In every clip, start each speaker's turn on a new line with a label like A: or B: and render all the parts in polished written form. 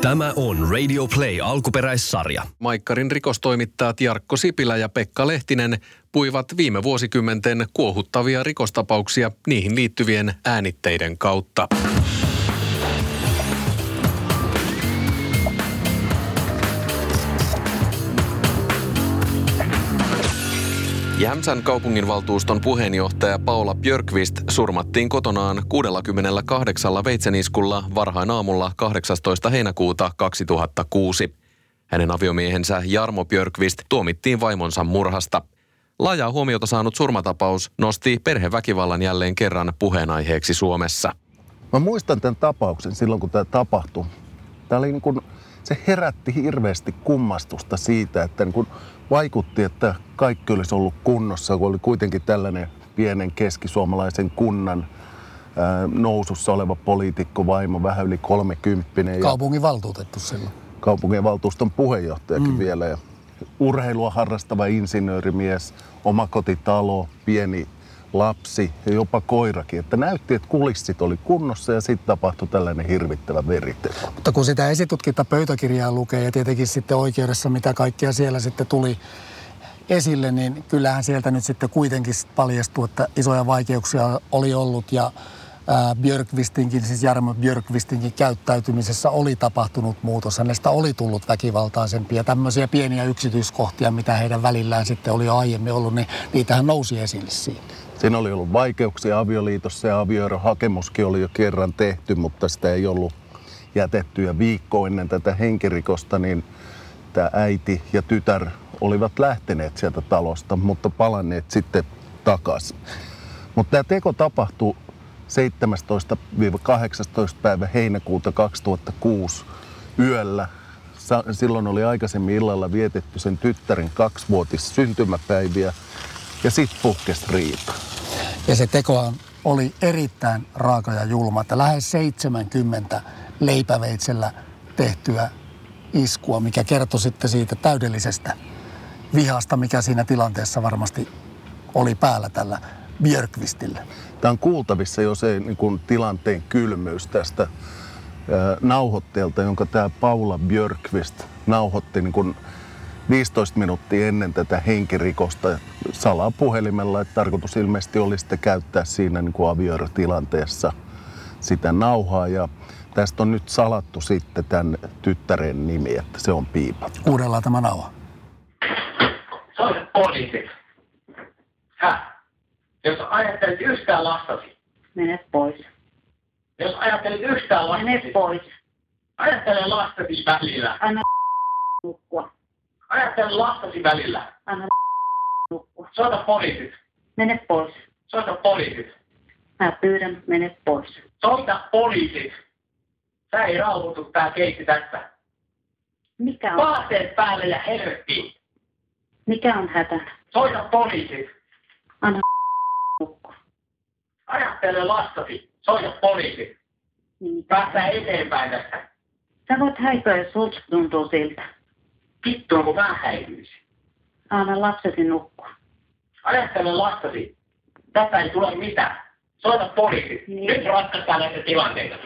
A: Tämä on Radio Play alkuperäissarja.
B: Maikkarin rikostoimittajat Jarkko Sipilä ja Pekka Lehtinen puivat viime vuosikymmenten kuohuttavia rikostapauksia niihin liittyvien äänitteiden kautta. Jämsän kaupunginvaltuuston puheenjohtaja Paula Björkqvist surmattiin kotonaan 68 veitseniskulla varhain aamulla 18. heinäkuuta 2006. Hänen aviomiehensä Jarmo Björkqvist tuomittiin vaimonsa murhasta. Laajaa huomiota saanut surmatapaus nosti perheväkivallan jälleen kerran puheenaiheeksi Suomessa.
C: Mä muistan tämän tapauksen silloin, kun tämä tapahtui. Tämä oli se herätti hirveästi kummastusta siitä, että vaikutti, että kaikki olisi ollut kunnossa, kun oli kuitenkin tällainen pienen keskisuomalaisen kunnan nousussa oleva poliitikko vaimo, vähän yli 30.
D: Kaupunginvaltuutettu silloin.
C: Kaupunginvaltuuston puheenjohtajakin vielä. Ja urheilua harrastava insinöörimies, omakotitalo, pieni lapsi ja jopa koirakin. Että näytti, että kulissit oli kunnossa ja sitten tapahtui tällainen hirvittävä veriteko.
D: Mutta kun sitä esitutkintapöytäkirjaa lukee ja tietenkin sitten oikeudessa, mitä kaikkea siellä sitten tuli esille, niin kyllähän sieltä nyt sitten kuitenkin paljastui, että isoja vaikeuksia oli ollut ja Björkqvistinkin, siis Jarmo Björkqvistinkin käyttäytymisessä oli tapahtunut muutos. Hänestä oli tullut väkivaltaisempia. Tämmöisiä pieniä yksityiskohtia, mitä heidän välillään sitten oli jo aiemmin ollut, niin niitähän nousi esille siinä.
C: Siinä oli ollut vaikeuksia avioliitossa ja avioerohakemuskin oli jo kerran tehty, mutta sitä ei ollut jätetty. Ja viikko ennen tätä henkirikosta, niin tämä äiti ja tytär olivat lähteneet sieltä talosta, mutta palanneet sitten takaisin. Mutta tämä teko tapahtui 17-18. päivä heinäkuuta 2006 yöllä. Silloin oli aikaisemmin illalla vietetty sen tyttären 2-vuotis syntymäpäiviä ja sitten puhkesi riita.
D: Ja se teko oli erittäin raaka ja julma, että lähes 70 leipäveitsellä tehtyä iskua, mikä kertoi sitten siitä täydellisestä vihasta, mikä siinä tilanteessa varmasti oli päällä tällä Björkqvistillä.
C: Tämä on kuultavissa jo se tilanteen kylmyys tästä nauhoitteelta, jonka tämä Paula Björkqvist nauhoitti 15 minuuttia ennen tätä henkirikosta salapuhelimella. Että tarkoitus ilmeisesti oli sitten käyttää siinä avioerotilanteessa sitä nauhaa. Ja tästä on nyt salattu sitten tämän tyttären nimi, että se on piipattu.
D: Kuunnellaan tämä nauha.
E: Soita poliisit. Jos ajattelet yhtään lastasi.
F: Mene pois.
E: Jos ajattelet yhtään lastasi.
F: Mene pois.
E: Ajattele lastasi välillä.
F: Anna nukkua.
E: Ajattele lastasi välillä.
F: Anna nukkua.
E: Soita poliisit.
F: Mene pois.
E: Soita poliisit.
F: Mä pyydän, mene pois.
E: Soita poliisit. Sä ei rauhoitu tää keissi tässä.
F: Mikä on?
E: Vaatteet päälle ja helvettiin.
F: Mikä on hätä?
E: Soita poliisit.
F: Anna nukkua.
E: Ajattele lastasi. Soita poliisit.
F: Niin.
E: Päästään eteenpäin tästä.
F: Sä voit häipyä, jos susta tuntuu siltä.
E: Vittu, kun mä häipyisin.
F: Anna lapsesi nukkua.
E: Ajattele lastasi. Tästä ei tule mitään. Soita poliisit.
F: Niin.
E: Nyt ratkaistaan näitä tilanteita.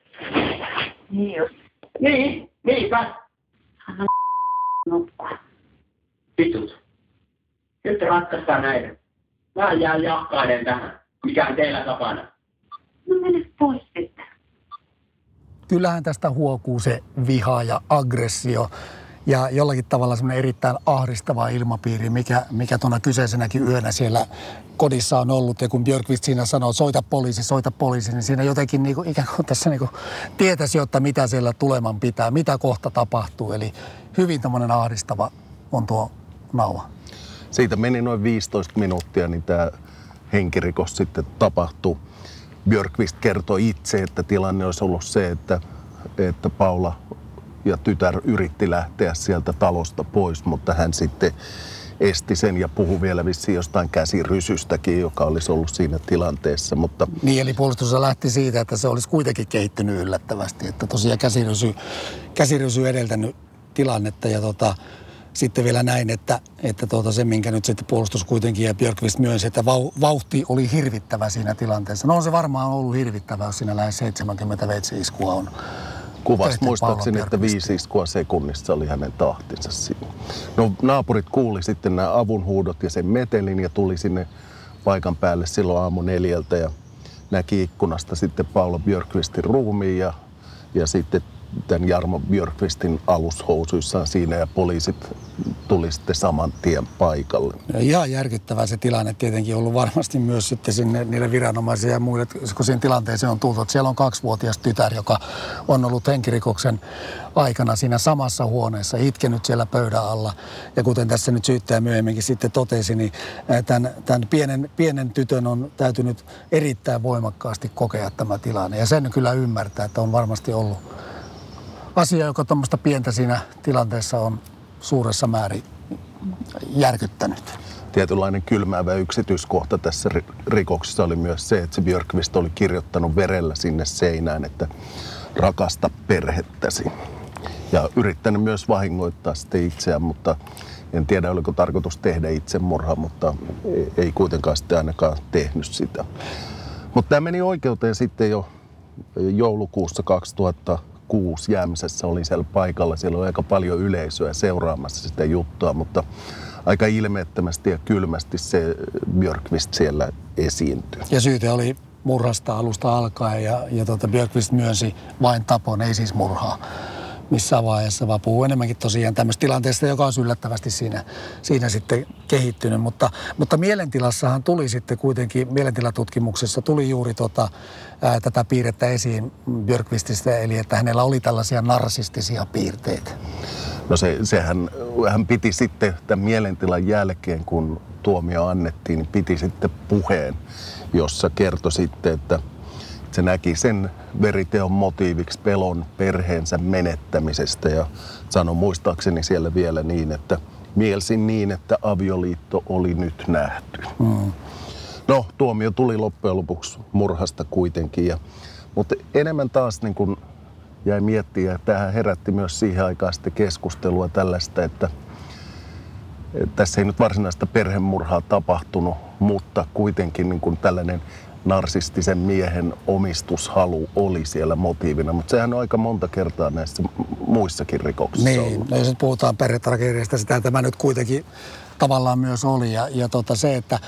F: Niin just.
E: Niinpä.
F: Anna nukkua.
E: Vitut. Nyt ratkaistaan näitä. Mä jään jahkainen tähän. Mikä on teillä tapana?
F: No mene pois sitten.
D: Kyllähän tästä huokuu se viha ja aggressio ja jollakin tavalla semmoinen erittäin ahdistava ilmapiiri, mikä tuona kyseisenäkin yönä siellä kodissa on ollut. Ja kun Björkqvist siinä sanoo, soita poliisi, niin siinä jotenkin ikään kuin tässä tietäisi jo, että mitä siellä tuleman pitää, mitä kohta tapahtuu. Eli hyvin tämmöinen ahdistava on tuo nauha.
C: Siitä meni noin 15 minuuttia, niin tämä henkirikos sitten tapahtui. Björkqvist kertoi itse, että tilanne olisi ollut se, että Paula ja tytär yritti lähteä sieltä talosta pois, mutta hän sitten esti sen ja puhui vielä vissiin jostain käsirysystäkin, joka olisi ollut siinä tilanteessa. Mutta
D: niin, eli puolustus lähti siitä, että se olisi kuitenkin kehittynyt yllättävästi, että tosiaan käsirysy edeltänyt tilannetta ja sitten vielä näin, että se, minkä nyt sitten puolustus kuitenkin ja Björkqvist myönsi, että vauhti oli hirvittävä siinä tilanteessa. No on se varmaan ollut hirvittävä, jos siinä lähes 70 veitsiiskua
C: Kuvasi muistaakseni, että 5 iskua sekunnissa oli hänen tahtinsa siinä. No naapurit kuuli sitten nämä avunhuudot ja sen metelin ja tuli sinne paikan päälle silloin aamu 4 ja näki ikkunasta sitten Paula Björkqvistin ruumiin ja sitten tämän Jarmo Björkqvistin alushousuissaan siinä ja poliisit tuli sitten saman tien paikalle.
D: Ja ihan järkyttävää se tilanne tietenkin ollut varmasti myös sitten sinne niille viranomaisille ja muille, kun siinä tilanteeseen on tullut. Siellä on 2-vuotias tytär, joka on ollut henkirikoksen aikana siinä samassa huoneessa, itkenyt siellä pöydän alla. Ja kuten tässä nyt syyttäjä myöhemminkin sitten totesi, niin tämän pienen tytön on täytynyt erittäin voimakkaasti kokea tämä tilanne. Ja sen kyllä ymmärtää, että on varmasti ollut asia, joka tuommoista pientä siinä tilanteessa on suuressa määrin järkyttänyt.
C: Tietynlainen kylmäävä yksityiskohta tässä rikoksessa oli myös se, että se Björkqvist oli kirjoittanut verellä sinne seinään, että rakasta perhettäsi. Ja yrittänyt myös vahingoittaa sitten itseään, mutta en tiedä oliko tarkoitus tehdä itsemurha, mutta ei kuitenkaan sitten ainakaan tehnyt sitä. Mutta tämä meni oikeuteen sitten jo joulukuussa 2006 Jämsässä, oli siellä paikalla. Siellä oli aika paljon yleisöä seuraamassa sitä juttua, mutta aika ilmeettömästi ja kylmästi se Björkqvist siellä esiintyi.
D: Ja syyte oli murhasta alusta alkaen ja Björkqvist myönsi vain tapon, ei siis murhaa missään vaiheessa, vaan puhuu enemmänkin tosiaan tämmöistä tilanteesta, joka on yllättävästi siinä sitten kehittynyt. Mutta mielentilassahan tuli sitten kuitenkin, mielentilatutkimuksessa tuli juuri tätä piirrettä esiin Björkqvististä, eli että hänellä oli tällaisia narsistisia piirteitä.
C: No hän piti sitten tämän mielentilan jälkeen, kun tuomio annettiin, niin piti sitten puheen, jossa kertoi sitten, että se näki sen veriteon motiiviksi pelon perheensä menettämisestä ja sanoi muistaakseni siellä vielä niin, että mielsin niin, että avioliitto oli nyt nähty. No, tuomio tuli loppujen lopuksi murhasta kuitenkin, mutta enemmän taas niin kun jäi miettiä, että tämähän herätti myös siihen aikaan sitten keskustelua tällaista, että tässä ei nyt varsinaista perhemurhaa tapahtunut, mutta kuitenkin niin kun tällainen narsistisen miehen omistushalu oli siellä motiivina, mutta sehän on aika monta kertaa näissä muissakin rikoksissa
D: niin,
C: ollut.
D: No jos nyt puhutaan perhetragediasta, sitä tämä nyt kuitenkin tavallaan myös oli. Ja se, että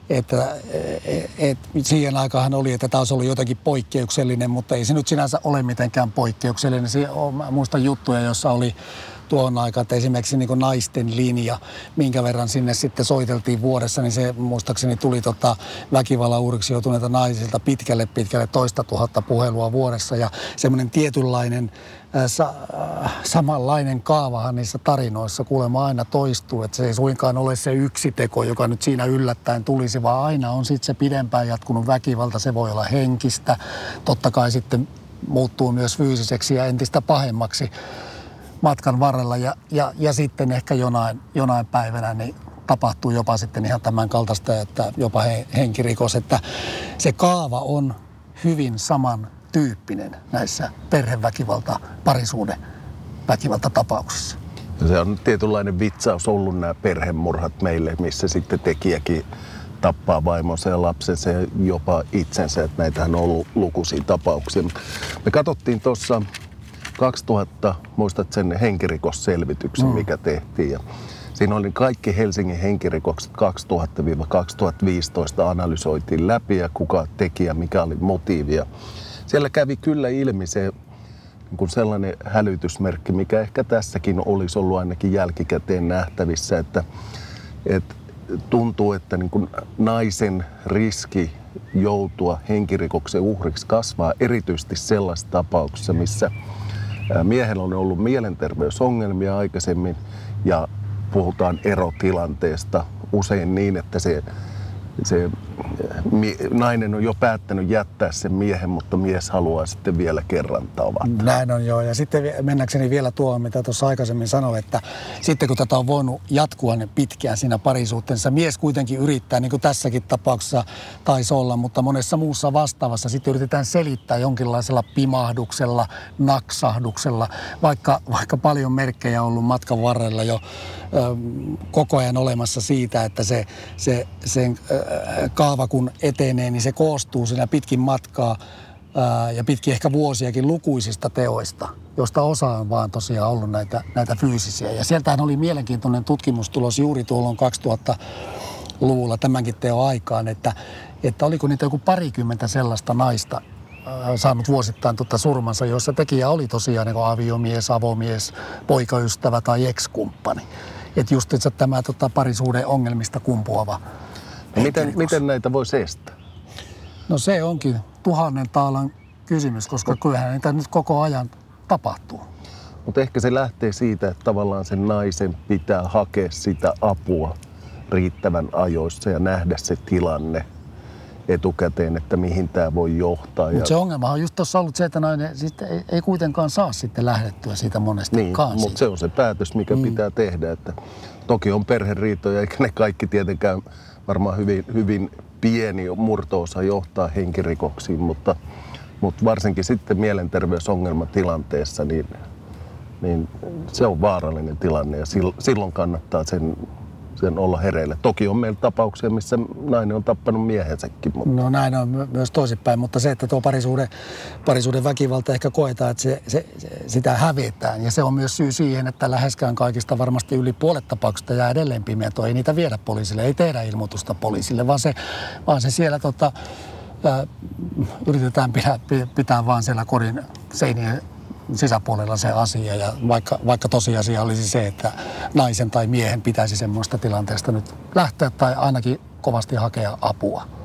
D: siihen aikaan oli, että tämä olisi ollut jotenkin poikkeuksellinen, mutta ei se nyt sinänsä ole mitenkään poikkeuksellinen. Mä muistan juttuja, joissa oli tuohon aikaan, että esimerkiksi niin kuin naisten linja, minkä verran sinne sitten soiteltiin vuodessa, niin se muistaakseni tuli väkivallan uhriksi joutuneita naisilta pitkälle 2 000 puhelua vuodessa. Ja semmoinen tietynlainen samanlainen kaavahan niissä tarinoissa kuulemma aina toistuu, että se ei suinkaan ole se yksi teko, joka nyt siinä yllättäen tulisi, vaan aina on sitten se pidempään jatkunut väkivalta, se voi olla henkistä, totta kai sitten muuttuu myös fyysiseksi ja entistä pahemmaksi matkan varrella ja sitten ehkä jonain päivänä niin tapahtuu jopa sitten ihan tämän kaltaista, että jopa henkirikos, että se kaava on hyvin samantyyppinen näissä parisuhdeväkivaltatapauksissa.
C: Se on tietynlainen vitsaus ollut nämä perhemurhat meille, missä sitten tekijäkin tappaa vaimonsa ja lapsensa ja jopa itsensä, että näitähän on ollut lukuisia tapauksia. Me katsottiin tuossa 2000, muistat sen henkirikosselvityksen, mikä tehtiin. Ja siinä oli kaikki Helsingin henkirikokset 2000-2015 analysoitiin läpi ja kuka teki ja mikä oli motiivi. Ja siellä kävi kyllä ilmi se niin kuin sellainen hälytysmerkki, mikä ehkä tässäkin olisi ollut ainakin jälkikäteen nähtävissä, että tuntuu, että niin kuin naisen riski joutua henkirikoksen uhriksi kasvaa erityisesti sellaisissa tapauksissa, missä miehellä on ollut mielenterveysongelmia aikaisemmin ja puhutaan erotilanteesta usein niin, että se nainen on jo päättänyt jättää sen miehen, mutta mies haluaa sitten vielä kerran tavata.
D: Näin on joo. Ja sitten mennäkseni vielä tuohon, mitä tuossa aikaisemmin sanoin, että sitten kun tätä on voinut jatkua pitkään siinä parisuhteessa, mies kuitenkin yrittää, niin kuin tässäkin tapauksessa taisi olla, mutta monessa muussa vastaavassa sitten yritetään selittää jonkinlaisella pimahduksella, naksahduksella, vaikka paljon merkkejä on ollut matkan varrella jo koko ajan olemassa siitä, että sen kaava kun etenee, niin se koostuu siinä pitkin matkaa ja pitkin ehkä vuosiakin lukuisista teoista, joista osa on vaan tosiaan ollut näitä fyysisiä. Ja sieltähän oli mielenkiintoinen tutkimustulos juuri tuolloin 2000-luvulla tämänkin teon aikaan, että oliko niitä joku 20 sellaista naista saanut vuosittain surmansa, joissa tekijä oli tosiaan niin kuin aviomies, avomies, poikaystävä tai ex-kumppani. Että just tämä parisuuden ongelmista kumpuava.
C: Miten näitä voisi estää?
D: No se onkin 1000 taalan kysymys, koska kyllähän niitä nyt koko ajan tapahtuu.
C: Mutta ehkä se lähtee siitä, että tavallaan sen naisen pitää hakea sitä apua riittävän ajoissa ja nähdä se tilanne etukäteen, että mihin tämä voi johtaa.
D: Mutta se ongelma on just tuossa ollut se, että nainen ei kuitenkaan saa sitten lähdettyä siitä monestikaan.
C: Niin, mutta se on se päätös, mikä pitää tehdä. Että toki on perheriitoja, eikä ne kaikki tietenkään varmaan hyvin pieni murto-osa johtaa henkirikoksiin, mutta varsinkin sitten mielenterveysongelmatilanteessa, niin se on vaarallinen tilanne ja silloin kannattaa sen olla hereillä. Toki on meillä tapauksia, missä nainen on tappanut miehensäkin. Mutta...
D: No näin on myös toisinpäin, mutta se, että tuo parisuuden väkivalta ehkä koetaan, että sitä hävetään. Ja se on myös syy siihen, että läheskään kaikista varmasti yli puolet tapauksista jää edelleen pimeätoon. Ei niitä viedä poliisille, ei tehdä ilmoitusta poliisille, vaan se siellä yritetään pitää vaan siellä kodin seinien sisäpuolella se asia. Ja vaikka tosiasia olisi se, että naisen tai miehen pitäisi semmoista tilanteesta nyt lähteä tai ainakin kovasti hakea apua.